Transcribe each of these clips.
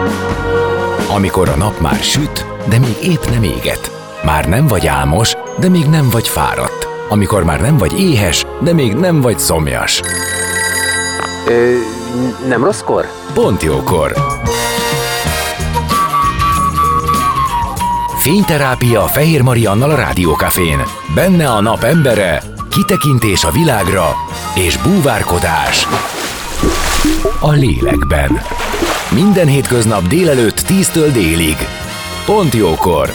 Amikor a nap már süt, de még épp nem éget. Már nem vagy álmos, de még nem vagy fáradt. Amikor már nem vagy éhes, de még nem vagy szomjas. Nem rosszkor? Pont jókor. Fényterápia Fehér Mariannal a Rádiókafén. Benne a nap embere, kitekintés a világra és búvárkodás a lélekben. Minden hétköznap délelőtt 10-től délig. Pont jókor.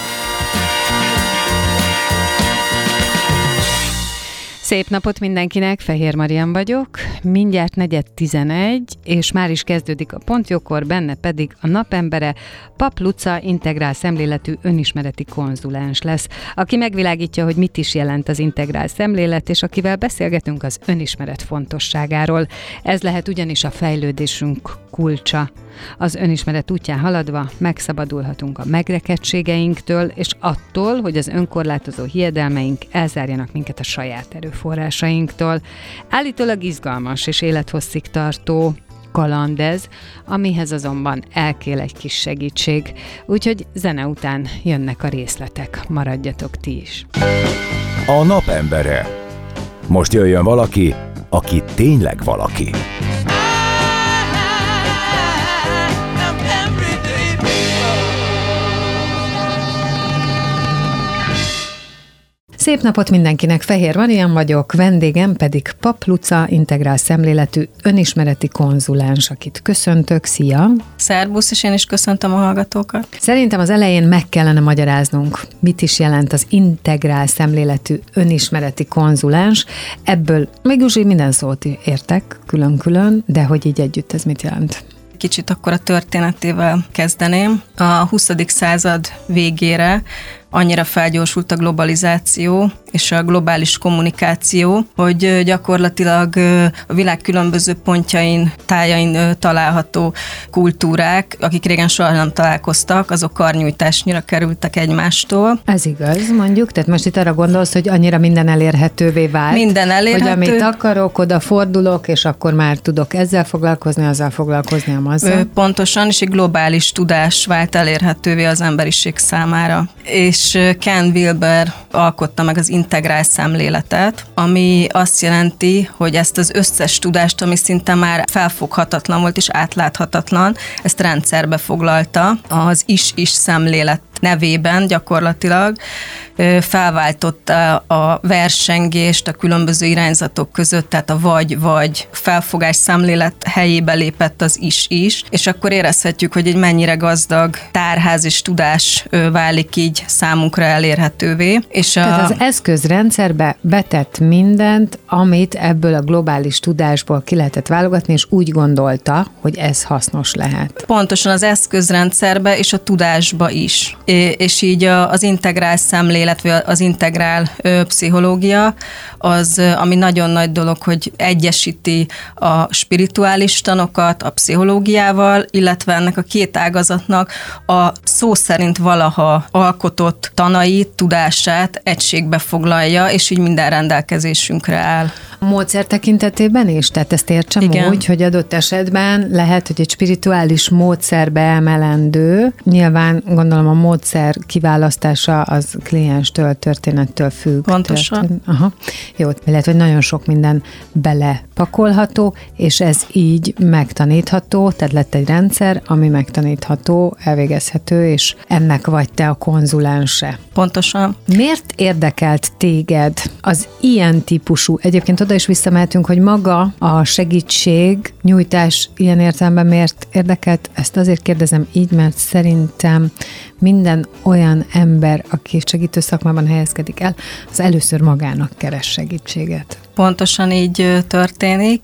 Szép napot mindenkinek, Fehér Marian vagyok, mindjárt 4:11, és már is kezdődik a Pont jókor, benne pedig a napembere, Papp Luca integrál szemléletű önismereti konzulens lesz, aki megvilágítja, hogy mit is jelent az integrál szemlélet, és akivel beszélgetünk az önismeret fontosságáról. Ez lehet ugyanis a fejlődésünk kulcsa. Az önismeret útján haladva megszabadulhatunk a megrekedtségeinktől, és attól, hogy az önkorlátozó hiedelmeink elzárjanak minket a saját erőforrásainktól. Állítólag izgalmas és élethosszig tartó kaland ez, amihez azonban elkél egy kis segítség. Úgyhogy zene után jönnek a részletek. Maradjatok ti is. A napembere. Most jöjjön valaki, aki tényleg valaki. Szép napot mindenkinek, Fehér Marian vagyok, vendégem pedig Papp Luca integrál szemléletű önismereti konzulens, akit köszöntök, szia! Szerbusz, és én is köszöntöm a hallgatókat. Szerintem az elején meg kellene magyaráznunk, mit is jelent az integrál szemléletű önismereti konzulens. Ebből mégis minden szót értek külön-külön, de hogy így együtt ez mit jelent? Kicsit akkor a történetével kezdeném. A 20. század végére annyira felgyorsult a globalizáció és a globális kommunikáció, hogy gyakorlatilag a világ különböző pontjain, tájain található kultúrák, akik régen soha nem találkoztak, azok karnyújtásnyira kerültek egymástól. Ez igaz, mondjuk? Tehát most itt arra gondolsz, hogy annyira minden elérhetővé vált? Minden elérhető. Hogy amit akarok, oda fordulok, és akkor már tudok ezzel foglalkozni, azzal foglalkozni, amazzal. Pontosan, és egy globális tudás vált elérhetővé az emberiség számára. És Ken Wilber alkotta meg az integrál szemléletet, ami azt jelenti, hogy ezt az összes tudást, ami szinte már felfoghatatlan volt és átláthatatlan, ezt rendszerbe foglalta az is szemlélet nevében gyakorlatilag, felváltotta a versengést a különböző irányzatok között, tehát a vagy felfogás szemlélet helyébe lépett az is, és akkor érezhetjük, hogy egy mennyire gazdag tárház és tudás válik így számunkra elérhetővé. És tehát az eszközrendszerbe betett mindent, amit ebből a globális tudásból ki lehetett válogatni, és úgy gondolta, hogy ez hasznos lehet. Pontosan az eszközrendszerbe és a tudásba is. És így az integrál szemlélet, vagy az integrál pszichológia, az, ami nagyon nagy dolog, hogy egyesíti a spirituális tanokat a pszichológiával, illetve ennek a két ágazatnak a szó szerint valaha alkotott tanait, tudását egységbe foglalja, és így minden rendelkezésünkre áll. A módszer tekintetében is? Tehát ezt értsem igen. Úgy, hogy adott esetben lehet, hogy egy spirituális módszerbe emelendő. Nyilván gondolom a módszer kiválasztása az klienstől, történettől függ. Pontosan. Aha. Jó, lehet, hogy nagyon sok minden belepakolható, és ez így megtanítható, tehát lett egy rendszer, ami megtanítható, elvégezhető, és ennek vagy te a konzulense. Pontosan. Miért érdekelt téged az ilyen típusú, egyébként oda is visszamehetünk, hogy maga a segítség, nyújtás ilyen értelemben miért érdekelt? Ezt azért kérdezem így, mert szerintem minden olyan ember, aki segítő szakmában helyezkedik el, az először magának keres segítséget. Pontosan így történik.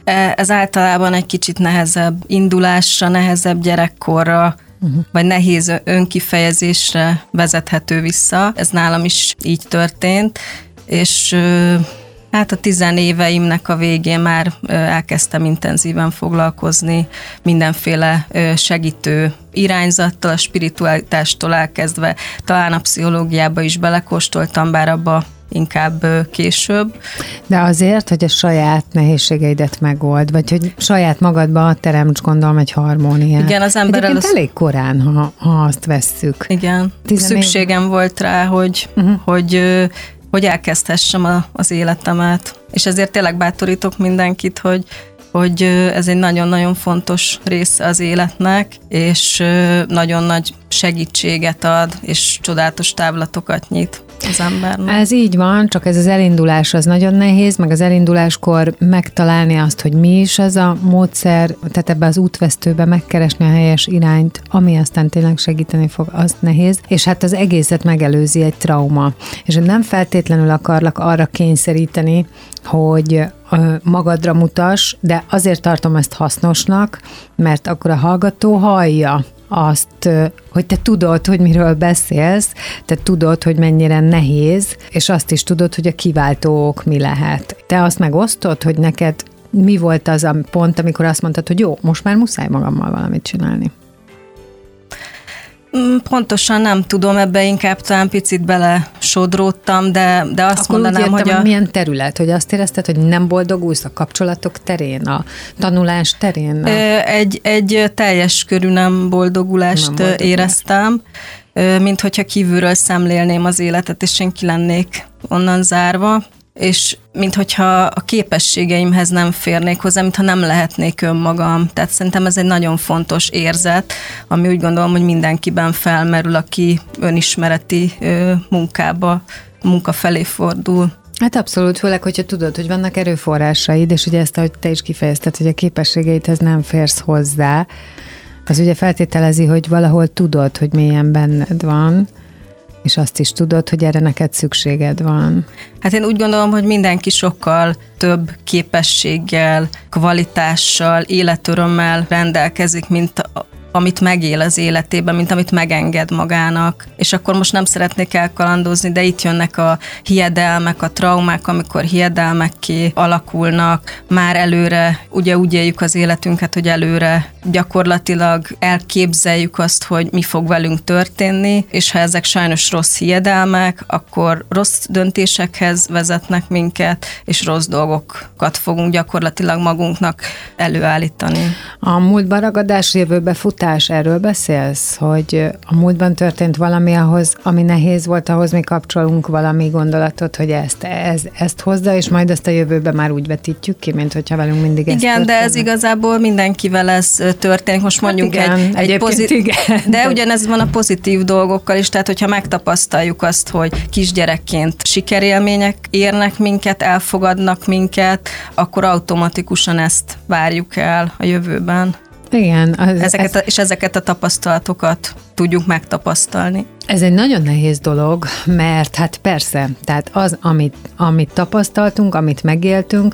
Ez általában egy kicsit nehezebb indulásra, nehezebb gyerekkorra, vagy nehéz önkifejezésre vezethető vissza. Ez nálam is így történt, és hát a 10 éveimnek a végén már elkezdtem intenzíven foglalkozni mindenféle segítő irányzattal, a spiritualitástól elkezdve, talán a pszichológiába is belekóstoltam, bár abba inkább később. De azért, hogy a saját nehézségeidet megold, vagy hogy saját magadba teremts, gondolom, egy harmóniát. Igen, az emberrel... Egyébként elég korán, ha azt vesszük. Igen, szükségem volt rá, hogy elkezdhessem az életemet. És ezért tényleg bátorítok mindenkit, hogy ez egy nagyon-nagyon fontos része az életnek, és nagyon nagy segítséget ad, és csodálatos távlatokat nyit az embernek. Ez így van, csak ez az elindulás az nagyon nehéz, meg az elinduláskor megtalálni azt, hogy mi is az a módszer, tehát ebbe az útvesztőbe megkeresni a helyes irányt, ami aztán tényleg segíteni fog, az nehéz, és hát az egészet megelőzi egy trauma. És nem feltétlenül akarlak arra kényszeríteni, hogy magadra mutass, de azért tartom ezt hasznosnak, mert akkor a hallgató hallja azt, hogy te tudod, hogy miről beszélsz, te tudod, hogy mennyire nehéz, és azt is tudod, hogy a kiváltó ok mi lehet. Te azt megosztod, hogy neked mi volt az a pont, amikor azt mondtad, hogy jó, most már muszáj magammal valamit csinálni? Pontosan nem tudom, ebbe inkább talán picit bele sodródtam, de azt akkor mondanám, úgy értem, hogy milyen terület, hogy azt érezted, hogy nem boldogulsz a kapcsolatok terén, a tanulás terén? Egy teljes körű nem boldogulást éreztem, mint hogyha kívülről szemlélném az életet, és én ki lennék onnan zárva, és minthogyha a képességeimhez nem férnék hozzá, mintha nem lehetnék önmagam. Tehát szerintem ez egy nagyon fontos érzet, ami úgy gondolom, hogy mindenkiben felmerül, aki önismereti munka felé fordul. Hát abszolút, főleg, hogyha tudod, hogy vannak erőforrásaid, és ugye ezt, ahogy te is kifejezted, hogy a képességeidhez nem férsz hozzá, az ugye feltételezi, hogy valahol tudod, hogy mélyen benned van, és azt is tudod, hogy erre neked szükséged van. Hát én úgy gondolom, hogy mindenki sokkal több képességgel, kvalitással, életörömmel rendelkezik, mint amit megél az életében, mint amit megenged magának. És akkor most nem szeretnék elkalandozni, de itt jönnek a hiedelmek, a traumák, amikor hiedelmekké alakulnak, már előre, ugye úgy éljük az életünket, hogy előre gyakorlatilag elképzeljük azt, hogy mi fog velünk történni, és ha ezek sajnos rossz hiedelmek, akkor rossz döntésekhez vezetnek minket, és rossz dolgokat fogunk gyakorlatilag magunknak előállítani. A múltban ragadás, jövőbe futás, erről beszélsz? Hogy a múltban történt valami ahhoz, ami nehéz volt, ahhoz mi kapcsolunk valami gondolatot, hogy ezt hozza, és majd ezt a jövőben már úgy vetítjük ki, mint hogyha velünk mindig ez történik. Igen, de ez igazából mindenkivel ez történik. Most mondjuk egy pozitív... De ugyanez van a pozitív dolgokkal is, tehát hogyha megtapasztaljuk azt, hogy kisgyerekként sikerélmények érnek minket, elfogadnak minket, akkor automatikusan ezt várjuk el a jövőben. Igen. Ezeket a tapasztalatokat tudjuk megtapasztalni. Ez egy nagyon nehéz dolog, mert hát persze, tehát az, amit tapasztaltunk, amit megéltünk,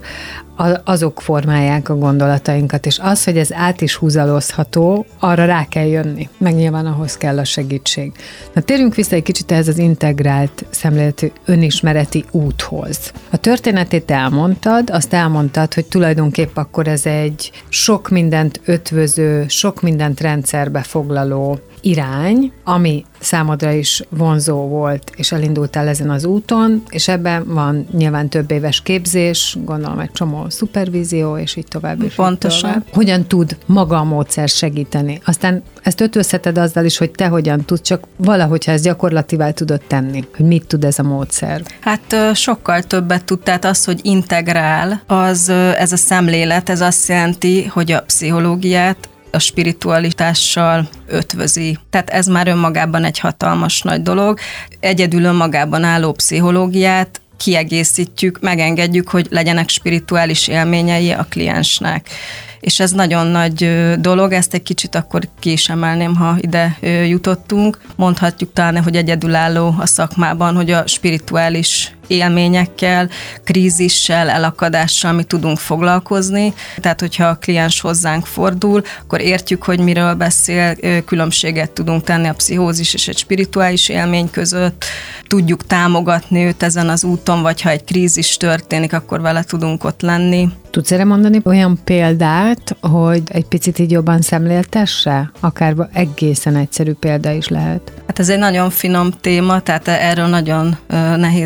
azok formálják a gondolatainkat, és az, hogy ez át is húzalozható, arra rá kell jönni, meg nyilván ahhoz kell a segítség. Na térjünk vissza egy kicsit ehhez az integrált szemléletű önismereti úthoz. A történetét elmondtad, azt elmondtad, hogy tulajdonképp akkor ez egy sok mindent ötvöző, sok mindent rendszerbe foglaló irány, ami számodra is vonzó volt, és elindultál ezen az úton, és ebben van nyilván több éves képzés, gondolom egy csomó szupervízió, és így tovább. Pontosan. Tovább. Hogyan tud maga a módszer segíteni? Aztán ezt ötvözheted azzal is, hogy te hogyan tudsz, csak valahogy, ha ezt gyakorlatívá tudod tenni, hogy mit tud ez a módszer? Hát sokkal többet tud, tehát az, hogy integrál, ez a szemlélet, ez azt jelenti, hogy a pszichológiát a spiritualitással ötvözi. Tehát ez már önmagában egy hatalmas nagy dolog. Egyedül önmagában álló pszichológiát kiegészítjük, megengedjük, hogy legyenek spirituális élményei a kliensnek. És ez nagyon nagy dolog, ezt egy kicsit akkor ki is emelném, ha ide jutottunk. Mondhatjuk talán, hogy egyedülálló a szakmában, hogy a spirituális élményekkel, krízissel, elakadással mi tudunk foglalkozni. Tehát, hogyha a kliens hozzánk fordul, akkor értjük, hogy miről beszél, különbséget tudunk tenni a pszichózis és egy spirituális élmény között, tudjuk támogatni őt ezen az úton, vagy ha egy krízis történik, akkor vele tudunk ott lenni. Tudsz erre mondani olyan példát, hogy egy picit így jobban szemléltesse? Akár egészen egyszerű példa is lehet. Hát ez egy nagyon finom téma, tehát erről nagyon nehéz a spirituális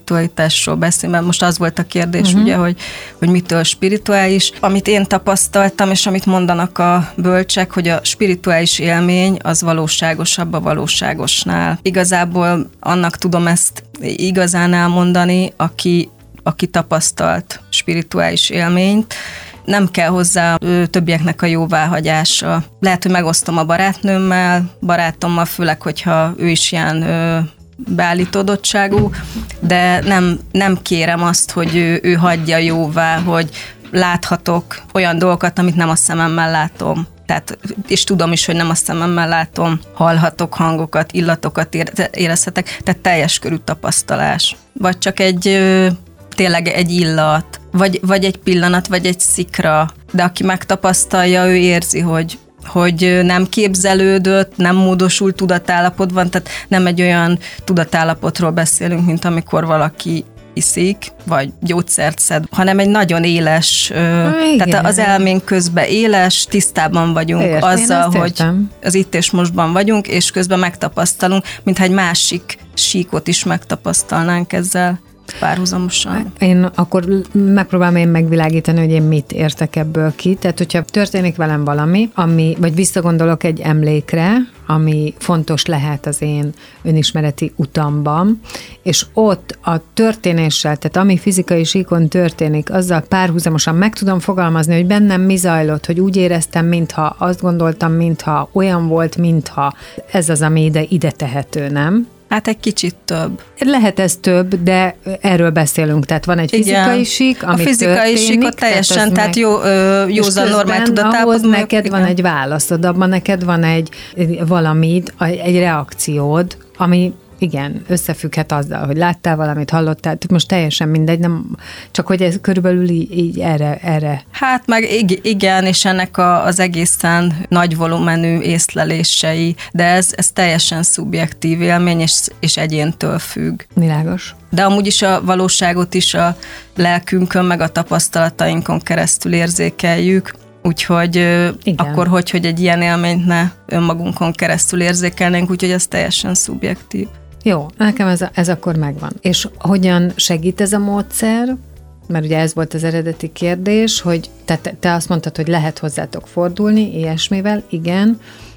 spiritualitásról beszél, mert most az volt a kérdés, ugye, hogy mitől spirituális. Amit én tapasztaltam, és amit mondanak a bölcsek, hogy a spirituális élmény az valóságosabb a valóságosnál. Igazából annak tudom ezt igazán elmondani, aki tapasztalt spirituális élményt. Nem kell hozzá többieknek a jóváhagyása. Lehet, hogy megosztom a barátnőmmel, barátommal, főleg, hogyha ő is ilyen beállítódottságú, de nem kérem azt, hogy ő hagyja jóvá, hogy láthatok olyan dolgokat, amit nem a szememmel látom. Tehát, és tudom is, hogy nem a szememmel látom, hallhatok hangokat, illatokat érezhetek, tehát teljes körű tapasztalás. Vagy csak tényleg egy illat, vagy egy pillanat, vagy egy szikra, de aki megtapasztalja, ő érzi, hogy nem képzelődött, nem módosult tudatállapot van, tehát nem egy olyan tudatállapotról beszélünk, mint amikor valaki iszik, vagy gyógyszert szed, hanem egy nagyon éles, tehát az elménk közben éles, tisztában vagyunk azzal, hogy az itt és mostban vagyunk, és közben megtapasztalunk, mintha egy másik síkot is megtapasztalnánk ezzel párhuzamosan. Én akkor megpróbálom megvilágítani, hogy én mit értek ebből ki. Tehát, hogyha történik velem valami, vagy visszagondolok egy emlékre, ami fontos lehet az én önismereti utamban, és ott a történéssel, tehát ami fizikai síkon történik, azzal párhuzamosan meg tudom fogalmazni, hogy bennem mi zajlott, hogy úgy éreztem, mintha azt gondoltam, mintha olyan volt, mintha ez az, ami ide tehető, nem? Hát egy kicsit több. Lehet ez több, de erről beszélünk. Tehát van egy fizikai sík, ami történik. A fizikai síkot teljesen, tehát józan normál tudatállapot. Ahhoz neked van egy válaszod, abban neked van egy reakciód, ami igen, összefügghet azzal, hogy láttál valamit, hallottál, most teljesen mindegy, nem, csak hogy ez körülbelül így erre. Hát meg igen, és ennek az egészen nagy volumenű észlelései, de ez teljesen szubjektív élmény, és egyéntől függ. Világos. De amúgy is a valóságot is a lelkünkön, meg a tapasztalatainkon keresztül érzékeljük, úgyhogy akkor hogy egy ilyen élményt ne önmagunkon keresztül érzékelnénk, úgyhogy ez teljesen szubjektív. Jó, nekem ez akkor megvan. És hogyan segít ez a módszer? Mert ugye ez volt az eredeti kérdés, hogy te azt mondtad, hogy lehet hozzátok fordulni ilyesmivel, igen,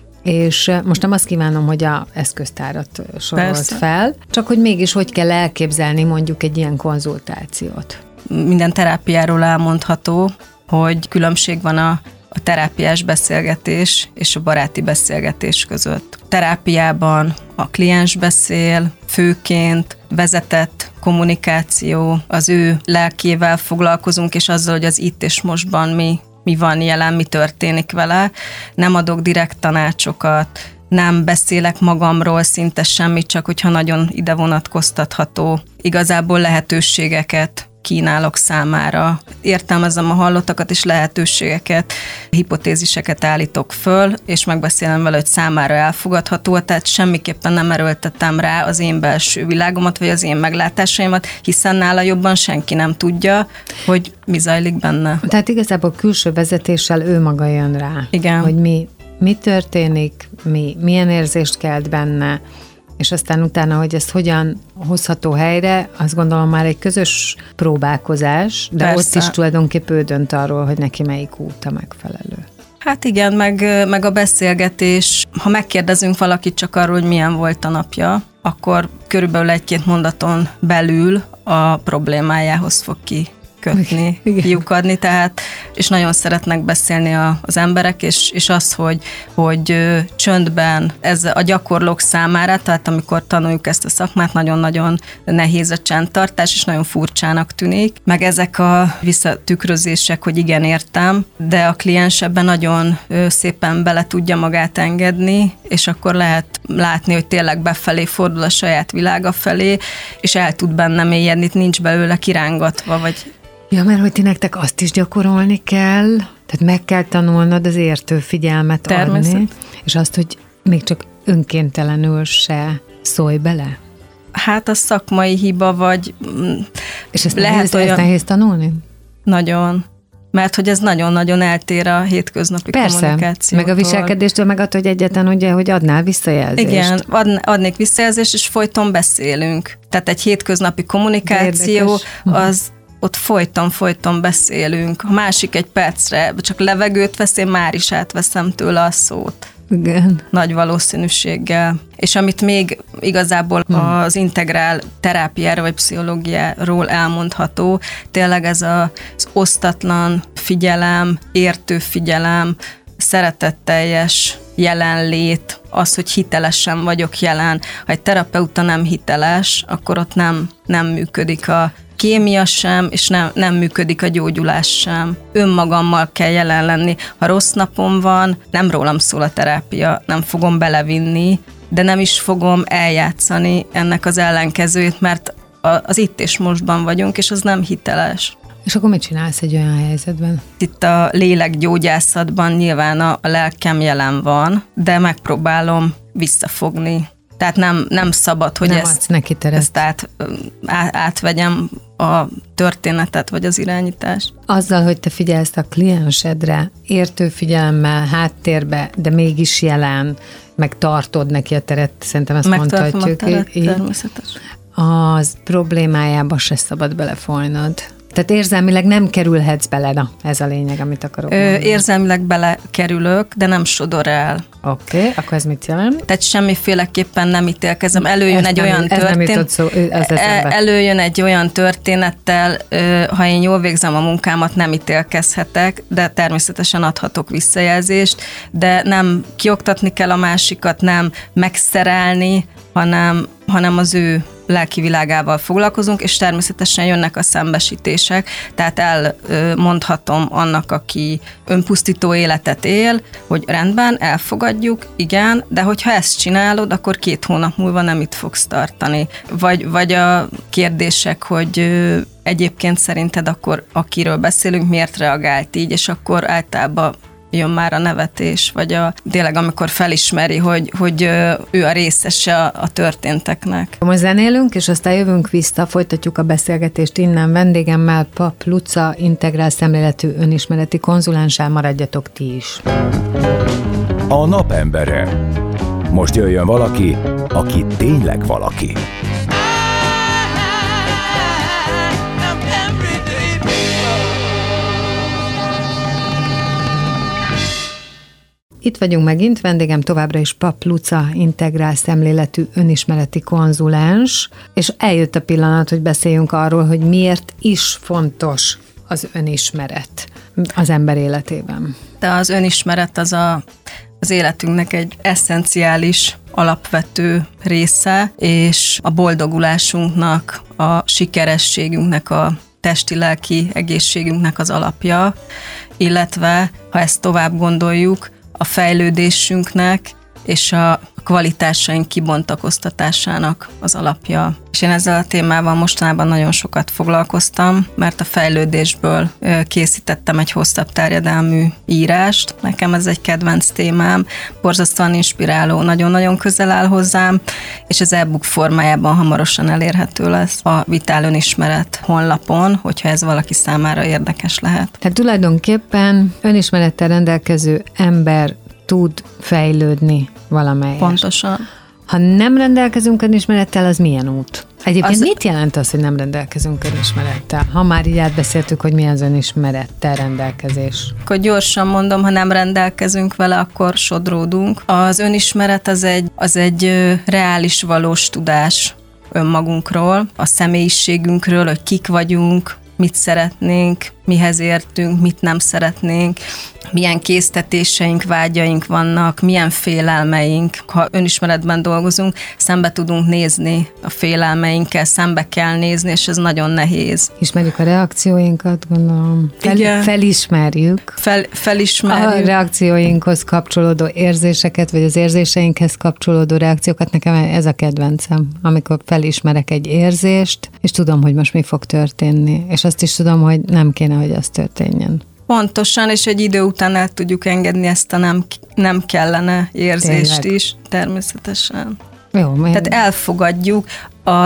és most nem azt kívánom, hogy az eszköztárat sorolt fel, csak hogy mégis hogy kell elképzelni mondjuk egy ilyen konzultációt. Minden terápiáról elmondható, hogy különbség van a terápiás beszélgetés és a baráti beszélgetés között. Terápiában a kliens beszél, főként vezetett kommunikáció, az ő lelkével foglalkozunk, és azzal, hogy az itt és mostban mi van jelen, mi történik vele. Nem adok direkt tanácsokat, nem beszélek magamról szinte semmit, csak hogyha nagyon ide vonatkoztatható. Igazából lehetőségeket kínálok számára. Értelmezem a hallottakat és lehetőségeket, hipotéziseket állítok föl, és megbeszélem vele, hogy számára elfogadható, tehát semmiképpen nem erőltetem rá az én belső világomat, vagy az én meglátásaimat, hiszen nála jobban senki nem tudja, hogy mi zajlik benne. Tehát igazából külső vezetéssel ő maga jön rá. Igen. Hogy mi történik, milyen érzést kelt benne, és aztán utána, hogy ezt hogyan hozható helyre, azt gondolom már egy közös próbálkozás, de persze. Ott is tulajdonképp ő dönt arról, hogy neki melyik út a megfelelő. Hát igen, meg a beszélgetés. Ha megkérdezünk valakit csak arról, hogy milyen volt a napja, akkor körülbelül 1-2 mondaton belül a problémájához fog kiukadni, tehát, és nagyon szeretnek beszélni az emberek, és az, hogy csöndben ez a gyakorlók számára, tehát amikor tanuljuk ezt a szakmát, nagyon-nagyon nehéz a csendtartás, és nagyon furcsának tűnik, meg ezek a visszatükrözések, hogy igen, értem, de a kliens ebben nagyon szépen bele tudja magát engedni, és akkor lehet látni, hogy tényleg befelé fordul a saját világa felé, és el tud benne mélyedni, nincs belőle kirángatva, vagy... Ja, mert hogy ti nektek azt is gyakorolni kell, tehát meg kell tanulnod az értő figyelmet adni, és azt, hogy még csak önkéntelenül se szólj bele. Hát a szakmai hiba, vagy és ezt lehet nehéz tanulni? Nagyon. mert hogy ez nagyon-nagyon eltér a hétköznapi kommunikációtól. Meg a viselkedéstől, meg attól, hogy egyáltalán ugye, hogy adnál visszajelzést. Igen, adnék visszajelzést, és folyton beszélünk. Tehát egy hétköznapi kommunikáció, az ott folyton beszélünk. A másik egy percre csak levegőt vesz, én már is átveszem tőle a szót. Igen. Nagy valószínűséggel. És amit még igazából az integrál terápiára vagy pszichológiáról elmondható, tényleg ez az osztatlan figyelem, értő figyelem, szeretetteljes jelenlét, az, hogy hitelesen vagyok jelen. Ha egy terapeuta nem hiteles, akkor ott nem működik a kémia sem, és nem működik a gyógyulás sem. Önmagammal kell jelen lenni. Ha rossz napom van, nem rólam szól a terápia, nem fogom belevinni, de nem is fogom eljátszani ennek az ellenkezőjét, mert az itt és mostban vagyunk, és az nem hiteles. És akkor mit csinálsz egy olyan helyzetben? Itt a lélekgyógyászatban nyilván a lelkem jelen van, de visszafogni. Tehát nem szabad, hogy ezt átvegyem a történetet, vagy az irányítást. Azzal, hogy te figyelsz a kliensedre, értő figyelemmel, háttérbe, de mégis jelen, meg tartod neki a teret, szerintem ezt megtartom mondhatjuk. A teret, természetesen. Az problémájába se szabad belefolynod. Tehát érzelmileg nem kerülhetsz bele, na, ez a lényeg, amit akarok mondani. Érzelmileg belekerülök, de nem sodor el. Oké, akkor ez mit jelent? Tehát semmiféleképpen nem ítélkezem. Előjön egy olyan történettel, ha én jól végzem a munkámat, nem ítélkezhetek, de természetesen adhatok visszajelzést, de nem kioktatni kell a másikat, nem megszerelni, hanem az ő lelki világával foglalkozunk, és természetesen jönnek a szembesítések, tehát elmondhatom annak, aki önpusztító életet él, hogy rendben, elfogadjuk, igen, de hogyha ezt csinálod, akkor 2 hónap múlva nem itt fogsz tartani. Vagy a kérdések, hogy egyébként szerinted akkor, akiről beszélünk, miért reagált így, és akkor általában jön már a nevetés, vagy tényleg amikor felismeri, hogy ő a részese a történteknek. Most zenélünk, és aztán jövünk vissza, folytatjuk a beszélgetést innen vendégemmel, Papp Luca, integrál szemléletű önismereti konzulánsál, maradjatok ti is. A napembere. Most jöjjön valaki, aki tényleg valaki. Itt vagyunk megint, vendégem továbbra is Papp Luca, integrál szemléletű önismereti konzuláns, és eljött a pillanat, hogy beszéljünk arról, hogy miért is fontos az önismeret az ember életében. De az önismeret az életünknek egy esszenciális, alapvető része, és a boldogulásunknak, a sikerességünknek, a testi-lelki egészségünknek az alapja, illetve, ha ezt tovább gondoljuk, a fejlődésünknek és a kvalitásaink kibontakoztatásának az alapja. És én ezzel a témával mostanában nagyon sokat foglalkoztam, mert a fejlődésből készítettem egy hosszabb terjedelmű írást. Nekem ez egy kedvenc témám, borzasztóan inspiráló, nagyon-nagyon közel áll hozzám, és az e-book formájában hamarosan elérhető lesz a Vitál Önismeret honlapon, hogyha ez valaki számára érdekes lehet. Tehát tulajdonképpen önismerettel rendelkező ember tud fejlődni valamelyest. Pontosan. Ha nem rendelkezünk önismerettel, az milyen út? Egyébként mit jelent az, hogy nem rendelkezünk önismerettel? Ha már így átbeszéltük, hogy mi az önismerettel rendelkezés. Akkor gyorsan mondom, ha nem rendelkezünk vele, akkor sodródunk. Az önismeret az egy reális, valós tudás önmagunkról, a személyiségünkről, hogy kik vagyunk, mit szeretnénk, mihez értünk, mit nem szeretnénk, milyen késztetéseink, vágyaink vannak, milyen félelmeink. Ha önismeretben dolgozunk, szembe tudunk nézni a félelmeinkkel, szembe kell nézni, és ez nagyon nehéz. Ismerjük a reakcióinkat, gondolom. Felismerjük. Felismerjük. A reakcióinkhoz kapcsolódó érzéseket, vagy az érzéseinkhez kapcsolódó reakciókat. Nekem ez a kedvencem, amikor felismerek egy érzést, és tudom, hogy most mi fog történni. És azt is tudom, hogy nem kéne, hogy az történjen. Pontosan, és egy idő után el tudjuk engedni ezt a nem kellene érzést. Tényleg. Is, természetesen. Jó, tehát elfogadjuk a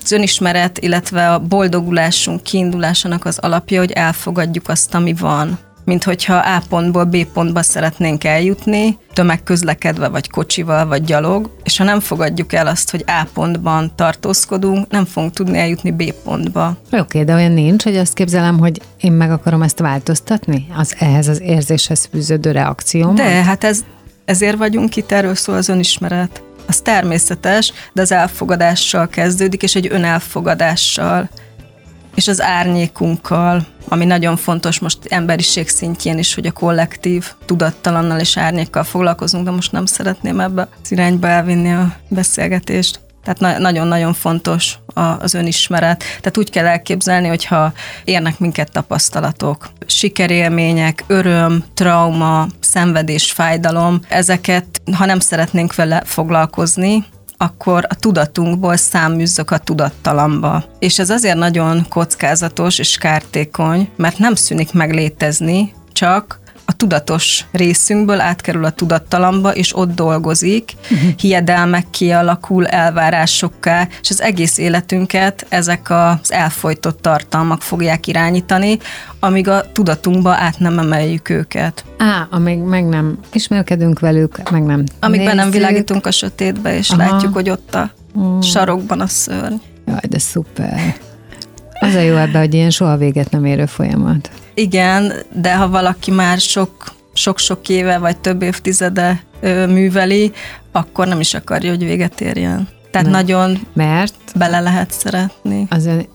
Az önismeret, illetve a boldogulásunk kiindulásának az alapja, hogy elfogadjuk azt, ami van. Mint hogyha A pontból B pontba szeretnénk eljutni, tömegközlekedve, vagy kocsival, vagy gyalog, és ha nem fogadjuk el azt, hogy A pontban tartózkodunk, nem fogunk tudni eljutni B pontba. Oké, de olyan nincs, hogy azt képzelem, hogy én meg akarom ezt változtatni? Ehhez az érzéshez fűződő reakcióm? De hát ezért vagyunk itt, erről szól az önismeret. Az természetes, de az elfogadással kezdődik, és egy önelfogadással, és az árnyékunkkal, ami nagyon fontos most emberiség szintjén is, hogy a kollektív tudattalannal és árnyékkal foglalkozunk, de most nem szeretném ebbe az irányba elvinni a beszélgetést. Tehát nagyon-nagyon fontos az önismeret. Tehát úgy kell elképzelni, hogyha érnek minket tapasztalatok, sikerélmények, öröm, trauma, szenvedés, fájdalom, ezeket, ha nem szeretnénk vele foglalkozni, akkor a tudatunkból száműzzök a tudattalamba. És ez azért nagyon kockázatos és kártékony, mert nem szűnik meg létezni, csak a tudatos részünkből átkerül a tudattalamba, és ott dolgozik, hiedelmek kialakul, elvárásokká, és az egész életünket ezek az elfojtott tartalmak fogják irányítani, amíg a tudatunkba át nem emeljük őket. Amíg meg nem ismerkedünk velük, meg nem amíg be nem nézzük. világítunk a sötétbe, és látjuk, hogy ott a sarokban a szörny. Jaj, de szuper. Az a jó ebben, hogy ilyen soha véget nem érő folyamat. Igen, de ha valaki már sok-sok éve, vagy több évtizede műveli, akkor nem is akarja, hogy véget érjen. Tehát nagyon bele lehet szeretni.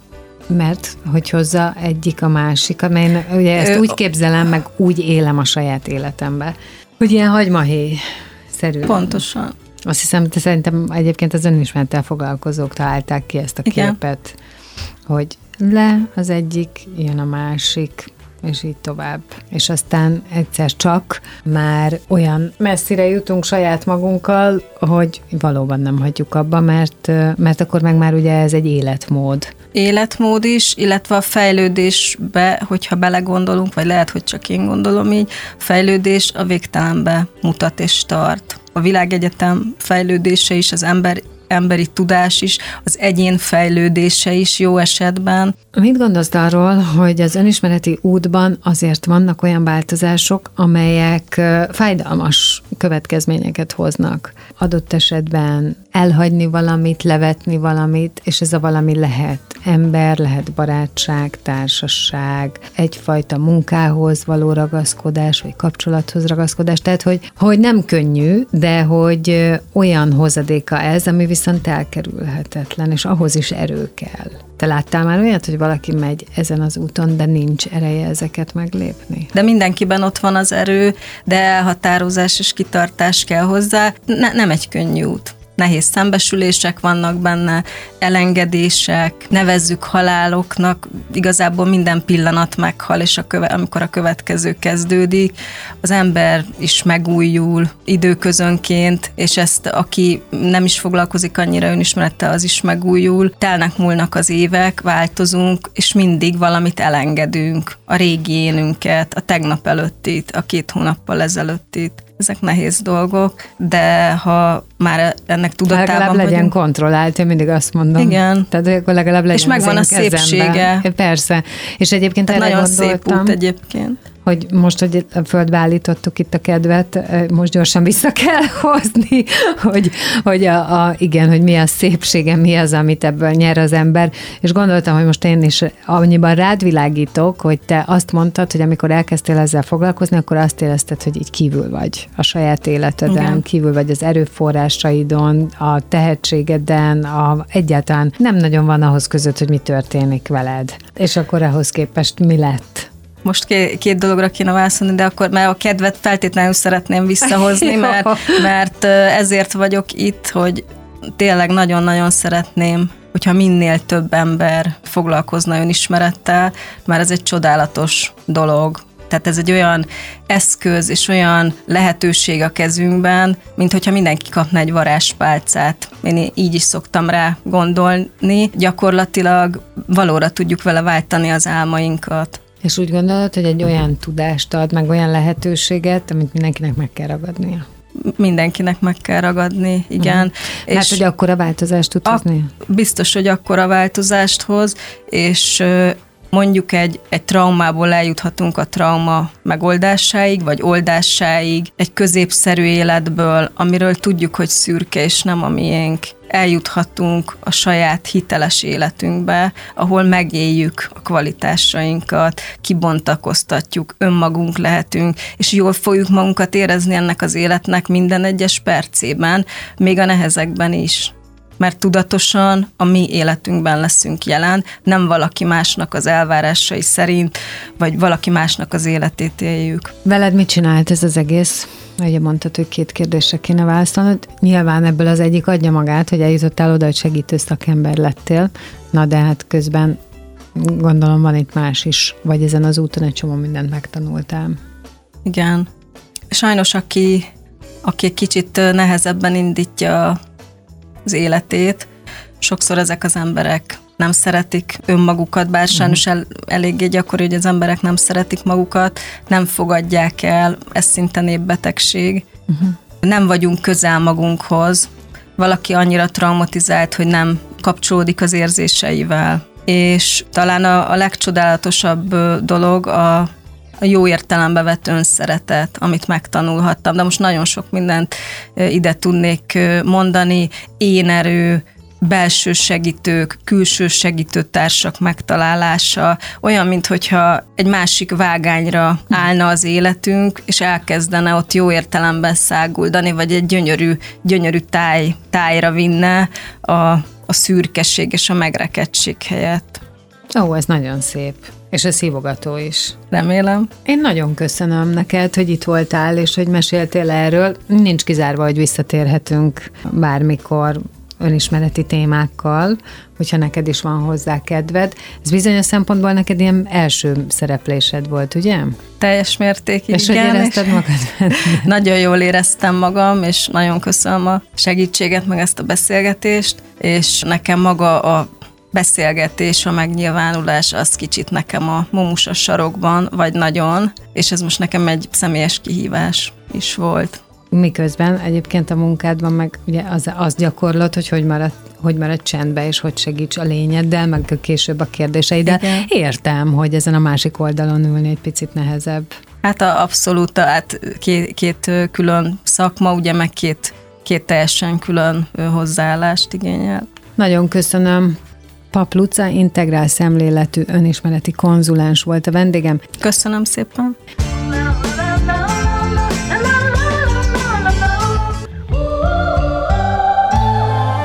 Mert hogy hozza egyik a másik, amely ugye ezt úgy képzelem, meg úgy élem a saját életemben, hogy ilyen hagymahéj-szerű. Pontosan. Azt hiszem, de szerintem egyébként az önismerettel foglalkozók találták ki ezt a képet, hogy le az egyik, jön a másik, és így tovább. És aztán egyszer csak már olyan messzire jutunk saját magunkkal, hogy valóban nem hagyjuk abba, mert akkor meg már ugye ez egy életmód. Életmód is, illetve a fejlődésbe, hogyha belegondolunk, vagy lehet, hogy csak én gondolom így, a fejlődés a végtelenbe mutat és tart. A világegyetem fejlődése is, az emberi tudás is, az egyén fejlődése is jó esetben. Mit gondolsz arról, hogy az önismereti útban azért vannak olyan változások, amelyek fájdalmas következményeket hoznak? Adott esetben elhagyni valamit, levetni valamit, és ez a valami lehet ember, lehet barátság, társaság, egyfajta munkához való ragaszkodás, vagy kapcsolathoz ragaszkodás. Tehát, hogy nem könnyű, de hogy olyan hozadéka ez, ami viszont elkerülhetetlen, és ahhoz is erő kell. Te láttál már olyat, hogy valaki megy ezen az úton, de nincs ereje ezeket meglépni? De mindenkiben ott van az erő, de elhatározás és kitartás kell hozzá. Nem egy könnyű út. Nehéz szembesülések vannak benne, elengedések, nevezzük haláloknak, igazából minden pillanat meghal, és amikor a következő kezdődik, az ember is megújul időközönként, és ezt aki nem is foglalkozik annyira önismerettel, az is megújul. Telnek múlnak az évek, változunk, és mindig valamit elengedünk, a régi énünket, a tegnap előttit, a 2 hónappal ezelőttit. Ezek nehéz dolgok, de ha már ennek tudatában legalább legyen vagyunk, kontrollált, én mindig azt mondom. Igen. Tehát akkor legalább legyen és megvan a szépsége. Persze. És egyébként tehát erre nagyon gondoltam, szép út egyébként. Hogy most, hogy a földbe állítottuk itt a kedvet, most gyorsan vissza kell hozni, hogy igen, hogy mi a szépsége, mi az, amit ebből nyer az ember. És gondoltam, hogy most én is annyiban rád világítok, hogy te azt mondtad, hogy amikor elkezdtél ezzel foglalkozni, akkor azt érezted, hogy így kívül vagy a saját életeden, igen. Kívül vagy az erőforrásaidon, a tehetségeden, egyáltalán nem nagyon van ahhoz között, hogy mi történik veled. És akkor ahhoz képest mi lett? Most 2 dologra kéne válaszolni, de akkor már a kedvet feltétlenül szeretném visszahozni, mert ezért vagyok itt, hogy tényleg nagyon-nagyon szeretném, hogyha minél több ember foglalkozna önismerettel, mert ez egy csodálatos dolog. Tehát ez egy olyan eszköz és olyan lehetőség a kezünkben, mint hogyha mindenki kapna egy varázspálcát. Én így is szoktam rá gondolni. Gyakorlatilag valóra tudjuk vele váltani az álmainkat. És úgy gondolod, hogy egy olyan tudást ad, meg olyan lehetőséget, amit mindenkinek meg kell ragadnia? mindenkinek meg kell ragadni, igen. És hát, hogy akkora változást tud hozni? Biztos, hogy akkora változást hoz, és mondjuk egy traumából eljuthatunk a trauma megoldásáig, vagy oldásáig, egy középszerű életből, amiről tudjuk, hogy szürke és nem a miénk, eljuthatunk a saját hiteles életünkbe, ahol megéljük a kvalitásainkat, kibontakoztatjuk, önmagunk lehetünk, és jól fogjuk magunkat érezni ennek az életnek minden egyes percében, még a nehezekben is. Mert tudatosan a mi életünkben leszünk jelen, nem valaki másnak az elvárásai szerint, vagy valaki másnak az életét éljük. Veled mit csinált ez az egész? Ugye mondtad, hogy 2 kérdésre kéne választanod. Nyilván ebből az egyik adja magát, hogy eljutottál oda, hogy segítő szakember lettél. Na de hát közben gondolom van itt más is, vagy ezen az úton egy csomó mindent megtanultál. Igen. Sajnos aki egy kicsit nehezebben indítja az életét, sokszor ezek az emberek nem szeretik önmagukat, bár sajnos eléggé gyakori, hogy az emberek nem szeretik magukat, nem fogadják el, ez szinte népbetegség. Nem vagyunk közel magunkhoz, valaki annyira traumatizált, hogy nem kapcsolódik az érzéseivel. És talán a legcsodálatosabb dolog a jó értelembe vett önszeretet, amit megtanulhattam, de most nagyon sok mindent ide tudnék mondani, énerő, belső segítők, külső segítőtársak megtalálása, olyan, minthogyha egy másik vágányra állna az életünk, és elkezdene ott jó értelemben száguldani, vagy egy gyönyörű tájra vinne a szürkeség és a megrekedtség helyett. Ó, ez nagyon szép. És ez szívogató is. Remélem. Én nagyon köszönöm neked, hogy itt voltál, és hogy meséltél erről. Nincs kizárva, hogy visszatérhetünk bármikor önismereti témákkal, hogyha neked is van hozzá kedved. Ez bizonyos szempontból neked ilyen első szereplésed volt, ugye? Teljes mértékig, és igen. És hogy érezted magad? Nagyon jól éreztem magam, és nagyon köszönöm a segítséget, meg ezt a beszélgetést, és nekem maga a beszélgetés, a megnyilvánulás, az kicsit nekem a mumus a sarokban, vagy nagyon, és ez most nekem egy személyes kihívás is volt. Miközben egyébként a munkádban meg ugye az gyakorlott, hogy maradj csendbe, és hogy segíts a lényeddel, meg később a kérdéseiddel. Igen. Értem, hogy ezen a másik oldalon ülni egy picit nehezebb. Hát abszolút, hát két külön szakma, ugye meg két teljesen külön hozzáállást igényel. Nagyon köszönöm. Papp Luca integrál szemléletű önismereti konzulens volt a vendégem. Köszönöm szépen.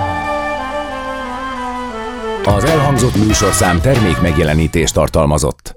Az elhangzott műsorszám termék megjelenítést tartalmazott.